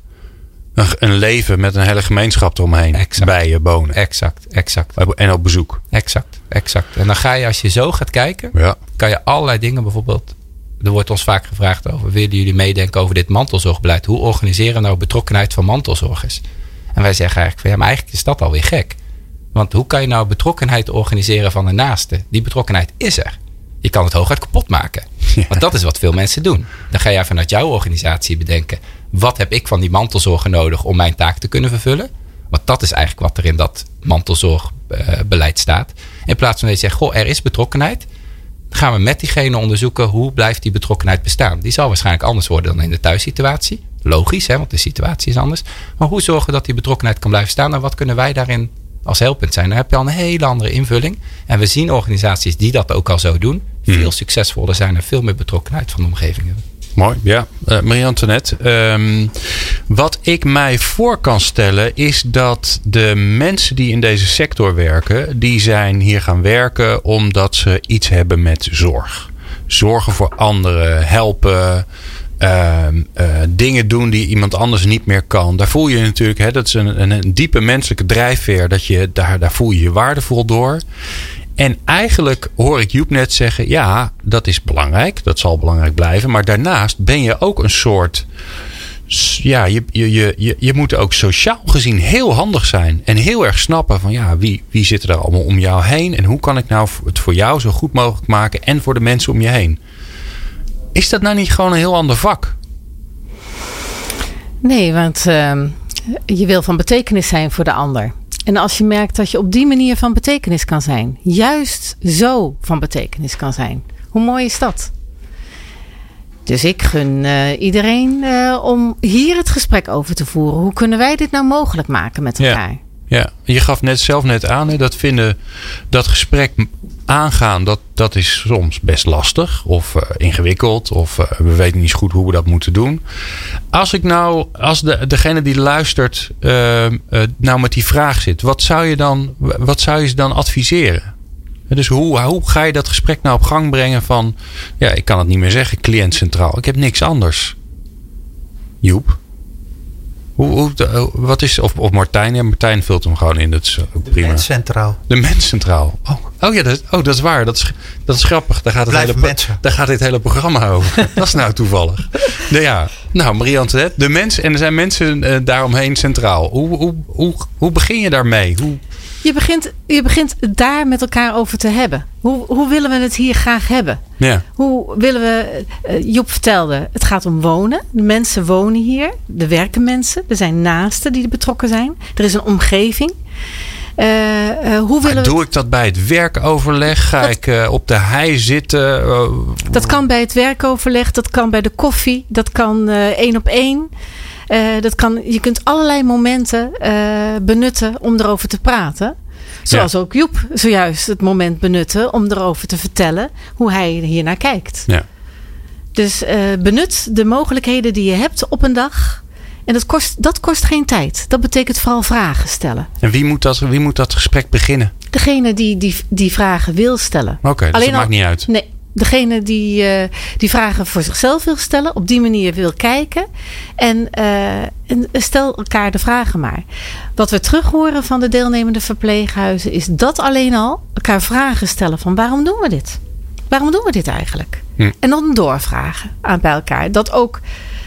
een leven met een hele gemeenschap eromheen bij je wonen. Exact. En op bezoek. Exact. En dan ga je, als je zo gaat kijken, kan je allerlei dingen bijvoorbeeld. Er wordt ons vaak gevraagd over, willen jullie meedenken over dit mantelzorgbeleid? Hoe organiseren we nou betrokkenheid van mantelzorgers? En wij zeggen eigenlijk van, ja, maar eigenlijk is dat alweer gek. Want hoe kan je nou betrokkenheid organiseren van de naaste? Die betrokkenheid is er. Je kan het hooguit kapot maken. Ja. Want dat is wat veel mensen doen. Dan ga jij vanuit jouw organisatie bedenken, wat heb ik van die mantelzorger nodig om mijn taak te kunnen vervullen? Want dat is eigenlijk wat er in dat mantelzorgbeleid staat. In plaats van dat je zegt, goh, er is betrokkenheid. Dan gaan we met diegene onderzoeken, hoe blijft die betrokkenheid bestaan? Die zal waarschijnlijk anders worden dan in de thuissituatie. Logisch, hè, want de situatie is anders. Maar hoe zorgen we dat die betrokkenheid kan blijven staan? En wat kunnen wij daarin als helpend zijn? Dan heb je al een hele andere invulling. En we zien organisaties die dat ook al zo doen, veel succesvoller zijn en veel meer betrokkenheid van de omgeving hebben. Mooi, ja. Marie-Antoinette, Wat ik mij voor kan stellen is dat de mensen die in deze sector werken, die zijn hier gaan werken omdat ze iets hebben met zorg. Zorgen voor anderen, helpen, dingen doen die iemand anders niet meer kan. Daar voel je natuurlijk, dat is een diepe menselijke drijfveer, dat je daar voel je je waardevol door. En eigenlijk hoor ik Joep net zeggen, ja, dat is belangrijk, dat zal belangrijk blijven, maar daarnaast ben je ook een soort, ja, je moet ook sociaal gezien heel handig zijn en heel erg snappen van, ja, wie zit er allemaal om jou heen en hoe kan ik nou het voor jou zo goed mogelijk maken en voor de mensen om je heen. Is dat nou niet gewoon een heel ander vak? Nee, want je wil van betekenis zijn voor de ander. En als je merkt dat je op die manier van betekenis kan zijn, juist zo van betekenis kan zijn, hoe mooi is dat? Dus ik gun iedereen om hier het gesprek over te voeren. Hoe kunnen wij dit nou mogelijk maken met elkaar? Ja, je gaf zelf net aan, dat gesprek aangaan, dat is soms best lastig of ingewikkeld of we weten niet zo goed hoe we dat moeten doen. Als degene die luistert nou met die vraag zit, wat zou je ze dan adviseren? Dus hoe ga je dat gesprek nou op gang brengen van, ja, ik kan het niet meer zeggen, cliënt centraal. Ik heb niks anders. Joep? Wat is, of Martijn? Ja, Martijn vult hem gewoon in. Dat is ook prima. Mens centraal. De mens centraal. Oh ja, dat is waar. Dat is grappig. Daar gaat dit hele programma over. Dat is nou toevallig. Nou, Marie-Antoinette. De mens. En er zijn mensen daaromheen centraal. Hoe begin je daarmee? Je begint daar met elkaar over te hebben. Hoe willen we het hier graag hebben? Ja. Hoe willen we... Joep vertelde, het gaat om wonen. De mensen wonen hier. Er werken mensen. Er zijn naasten die betrokken zijn. Er is een omgeving. Doe ik dat bij het werkoverleg? Ga ik op de hei zitten? Dat kan bij het werkoverleg. Dat kan bij de koffie. Dat kan 1 op 1. Je kunt allerlei momenten benutten om erover te praten. Zoals ook Joep zojuist het moment benutte om erover te vertellen hoe hij hiernaar kijkt. Ja. Dus benut de mogelijkheden die je hebt op een dag. En dat kost geen tijd. Dat betekent vooral vragen stellen. En wie moet dat gesprek beginnen? Degene die vragen wil stellen. Oké, dus dat maakt niet uit. Nee. Degene die vragen voor zichzelf wil stellen. Op die manier wil kijken. En stel elkaar de vragen maar. Wat we terug horen van de deelnemende verpleeghuizen. Is dat alleen al elkaar vragen stellen. Van waarom doen we dit? Waarom doen we dit eigenlijk? En dan doorvragen bij elkaar. Dat ook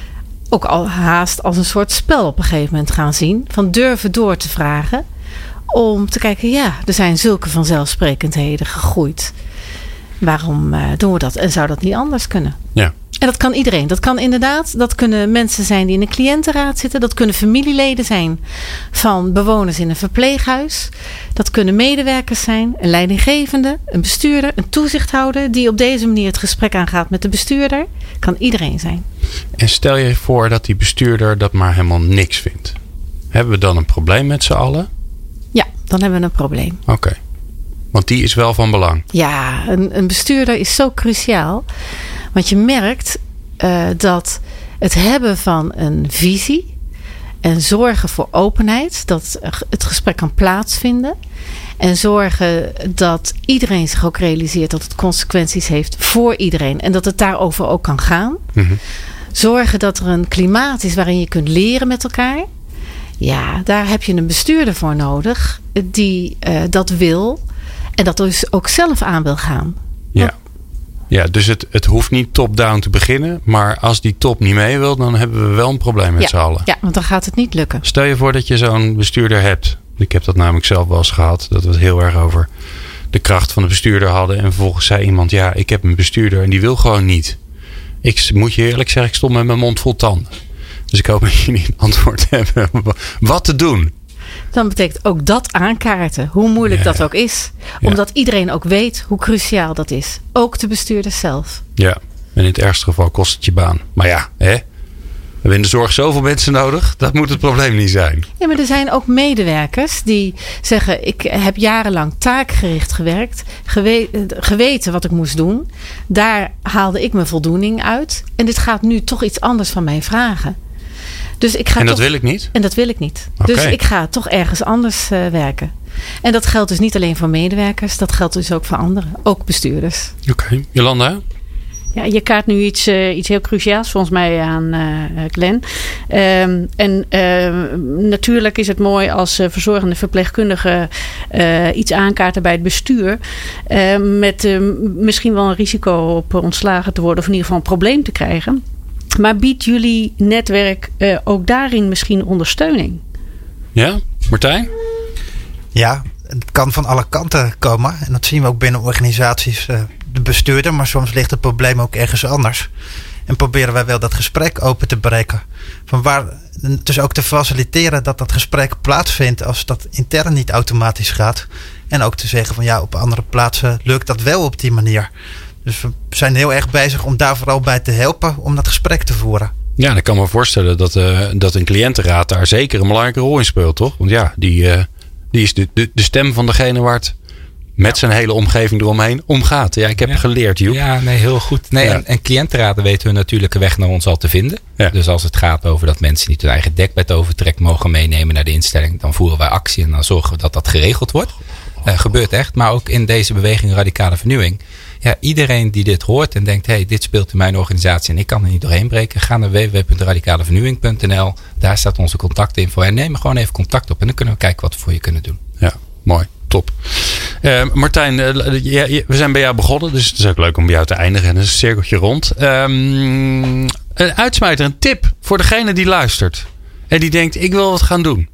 al haast als een soort spel op een gegeven moment gaan zien. Van durven door te vragen. Om te kijken. Ja, er zijn zulke vanzelfsprekendheden gegroeid. Waarom doen we dat? En zou dat niet anders kunnen? Ja. En dat kan iedereen. Dat kunnen mensen zijn die in een cliëntenraad zitten. Dat kunnen familieleden zijn van bewoners in een verpleeghuis. Dat kunnen medewerkers zijn. Een leidinggevende, een bestuurder, een toezichthouder. Die op deze manier het gesprek aangaat met de bestuurder. Kan iedereen zijn. En stel je voor dat die bestuurder dat maar helemaal niks vindt. Hebben we dan een probleem met z'n allen? Ja, dan hebben we een probleem. Oké. Want die is wel van belang. Ja, een bestuurder is zo cruciaal. Want je merkt dat het hebben van een visie en zorgen voor openheid, dat het gesprek kan plaatsvinden. En zorgen dat iedereen zich ook realiseert dat het consequenties heeft voor iedereen. En dat het daarover ook kan gaan. Mm-hmm. Zorgen dat er een klimaat is waarin je kunt leren met elkaar. Ja, daar heb je een bestuurder voor nodig die dat wil. En dat dus ook zelf aan wil gaan. Ja, dus het hoeft niet top-down te beginnen. Maar als die top niet mee wil, dan hebben we wel een probleem met z'n allen. Ja, want dan gaat het niet lukken. Stel je voor dat je zo'n bestuurder hebt. Ik heb dat namelijk zelf wel eens gehad. Dat we het heel erg over de kracht van de bestuurder hadden. En vervolgens zei iemand, ja, ik heb een bestuurder en die wil gewoon niet. Ik moet je eerlijk zeggen, ik stond met mijn mond vol tanden. Dus ik hoop dat jullie een antwoord hebben. Wat te doen? Dan betekent ook dat aankaarten. Hoe moeilijk dat ook is. Omdat iedereen ook weet hoe cruciaal dat is. Ook de bestuurders zelf. Ja, en in het ergste geval kost het je baan. Maar ja, we hebben in de zorg zoveel mensen nodig. Dat moet het probleem niet zijn. Ja, maar er zijn ook medewerkers die zeggen, ik heb jarenlang taakgericht gewerkt. Geweten wat ik moest doen. Daar haalde ik mijn voldoening uit. En dit gaat nu toch iets anders van mij vragen. Dus ik ga en dat wil ik niet? En dat wil ik niet. Okay. Dus ik ga toch ergens anders werken. En dat geldt dus niet alleen voor medewerkers. Dat geldt dus ook voor anderen. Ook bestuurders. Oké. Jolanda? Ja, je kaart nu iets heel cruciaals volgens mij aan, Glenn. Natuurlijk is het mooi als verzorgende verpleegkundige iets aankaarten bij het bestuur. Met misschien wel een risico op ontslagen te worden of in ieder geval een probleem te krijgen. Maar biedt jullie netwerk ook daarin misschien ondersteuning? Ja, Martijn? Ja, het kan van alle kanten komen. En dat zien we ook binnen organisaties. De bestuurder, maar soms ligt het probleem ook ergens anders. En proberen wij wel dat gesprek open te breken. Dus ook te faciliteren dat dat gesprek plaatsvindt als dat intern niet automatisch gaat. En ook te zeggen van ja, op andere plaatsen lukt dat wel op die manier. Dus we zijn heel erg bezig om daar vooral bij te helpen om dat gesprek te voeren. Ja, ik kan me voorstellen dat een cliëntenraad daar zeker een belangrijke rol in speelt, toch? Want ja, die is de stem van degene waar het met zijn hele omgeving eromheen omgaat. Ja, ik heb geleerd, Joep. Ja, nee, heel goed. Nee, ja. En cliëntenraden weten hun natuurlijke weg naar ons al te vinden. Ja. Dus als het gaat over dat mensen niet hun eigen dekbed overtrek mogen meenemen naar de instelling, dan voeren wij actie en dan zorgen we dat dat geregeld wordt. Gebeurt echt. Maar ook in deze beweging Radicale Vernieuwing. Ja, iedereen die dit hoort en denkt, hey, dit speelt in mijn organisatie en ik kan er niet doorheen breken. Ga naar www.radicalevernieuwing.nl. Daar staat onze contactinfo. En neem gewoon even contact op en dan kunnen we kijken wat we voor je kunnen doen. Ja, mooi. Top. Martijn, we zijn bij jou begonnen, dus het is ook leuk om bij jou te eindigen. En dat is een cirkeltje rond. Een uitsmijter, een tip voor degene die luistert en die denkt, ik wil wat gaan doen.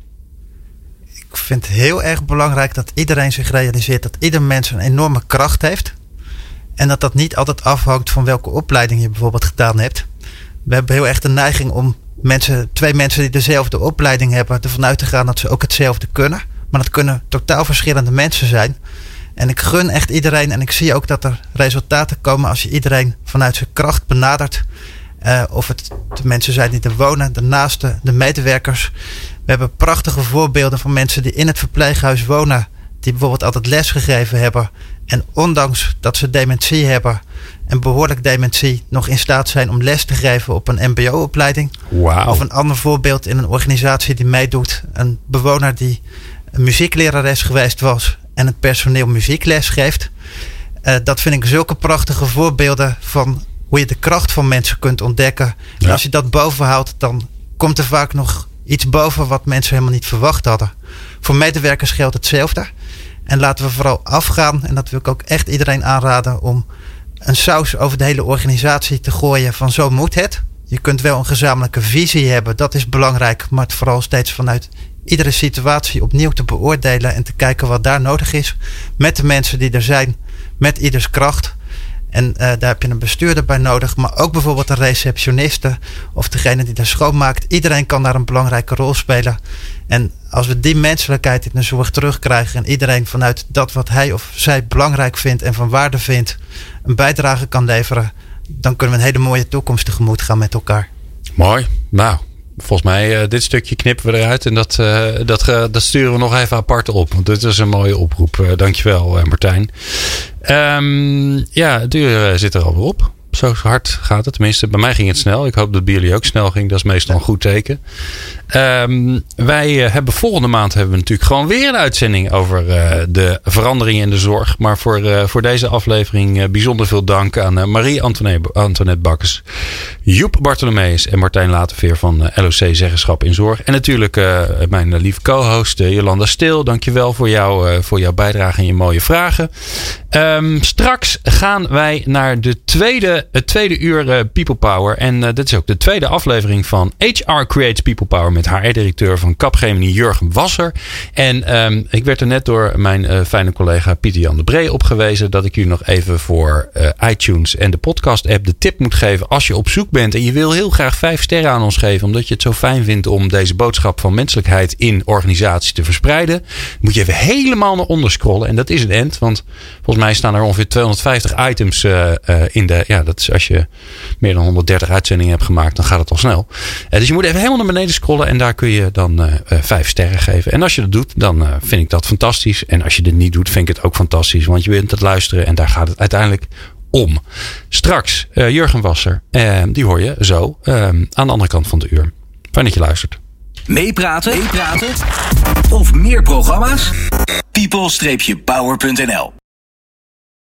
Ik vind het heel erg belangrijk dat iedereen zich realiseert dat ieder mens een enorme kracht heeft. En dat dat niet altijd afhangt van welke opleiding je bijvoorbeeld gedaan hebt. We hebben heel erg de neiging om twee mensen die dezelfde opleiding hebben ervan uit te gaan dat ze ook hetzelfde kunnen. Maar dat kunnen totaal verschillende mensen zijn. En ik gun echt iedereen. En ik zie ook dat er resultaten komen als je iedereen vanuit zijn kracht benadert. Of het de mensen zijn die er wonen, de naasten, de medewerkers. We hebben prachtige voorbeelden van mensen die in het verpleeghuis wonen. Die bijvoorbeeld altijd les gegeven hebben. En ondanks dat ze dementie hebben en behoorlijk dementie nog in staat zijn om les te geven op een mbo-opleiding. Wow. Of een ander voorbeeld in een organisatie die meedoet. Een bewoner die een muzieklerares geweest was en het personeel muziekles geeft. Dat vind ik zulke prachtige voorbeelden van hoe je de kracht van mensen kunt ontdekken. Ja. En als je dat boven houdt, dan komt er vaak nog iets boven wat mensen helemaal niet verwacht hadden. Voor medewerkers geldt hetzelfde. En laten we vooral afgaan, en dat wil ik ook echt iedereen aanraden, om een saus over de hele organisatie te gooien van zo moet het. Je kunt wel een gezamenlijke visie hebben, dat is belangrijk, maar het vooral steeds vanuit iedere situatie opnieuw te beoordelen en te kijken wat daar nodig is. Met de mensen die er zijn, met ieders kracht. En daar heb je een bestuurder bij nodig, maar ook bijvoorbeeld een receptioniste of degene die daar schoonmaakt. Iedereen kan daar een belangrijke rol spelen. En als we die menselijkheid in de zorg terugkrijgen en iedereen vanuit dat wat hij of zij belangrijk vindt en van waarde vindt een bijdrage kan leveren, dan kunnen we een hele mooie toekomst tegemoet gaan met elkaar. Mooi. Nou, volgens mij dit stukje knippen we eruit en dat sturen we nog even apart op. Want dit is een mooie oproep. Dankjewel, Martijn. Ja, het uur zit er alweer op. Zo hard gaat het. Tenminste, bij mij ging het snel. Ik hoop dat bij jullie ook snel ging. Dat is meestal een goed teken. Wij hebben volgende maand natuurlijk gewoon weer een uitzending over de veranderingen in de zorg. Maar voor deze aflevering bijzonder veel dank aan Marie-Antoinette Bakkers, Joep Bartolomeus en Martijn Laterveer van LOC Zeggenschap in Zorg. En natuurlijk mijn lieve co-host Jolanda Stil. Dankjewel voor jouw bijdrage en je mooie vragen. Straks gaan wij naar het tweede uur People Power. En dit is ook de tweede aflevering van HR Creates People Power met HR-directeur van Capgemini Jurgen Wasser. En ik werd er net door mijn fijne collega Pieter-Jan de Bree op gewezen dat ik jullie nog even voor iTunes en de podcast-app de tip moet geven. Als je op zoek bent en je wil heel graag 5 sterren aan ons geven, omdat je het zo fijn vindt om deze boodschap van menselijkheid in organisaties te verspreiden, moet je even helemaal naar onder scrollen. En dat is een end, want volgens mij staan er ongeveer 250 items in de... Ja, dat is als je meer dan 130 uitzendingen hebt gemaakt, dan gaat het al snel. Dus je moet even helemaal naar beneden scrollen en daar kun je dan 5 sterren geven. En als je dat doet, dan vind ik dat fantastisch. En als je dit niet doet, vind ik het ook fantastisch. Want je bent het luisteren en daar gaat het uiteindelijk om. Straks Jurgen Wasser, die hoor je zo aan de andere kant van de uur. Fijn dat je luistert. Meepraten of meer programma's? people-power.nl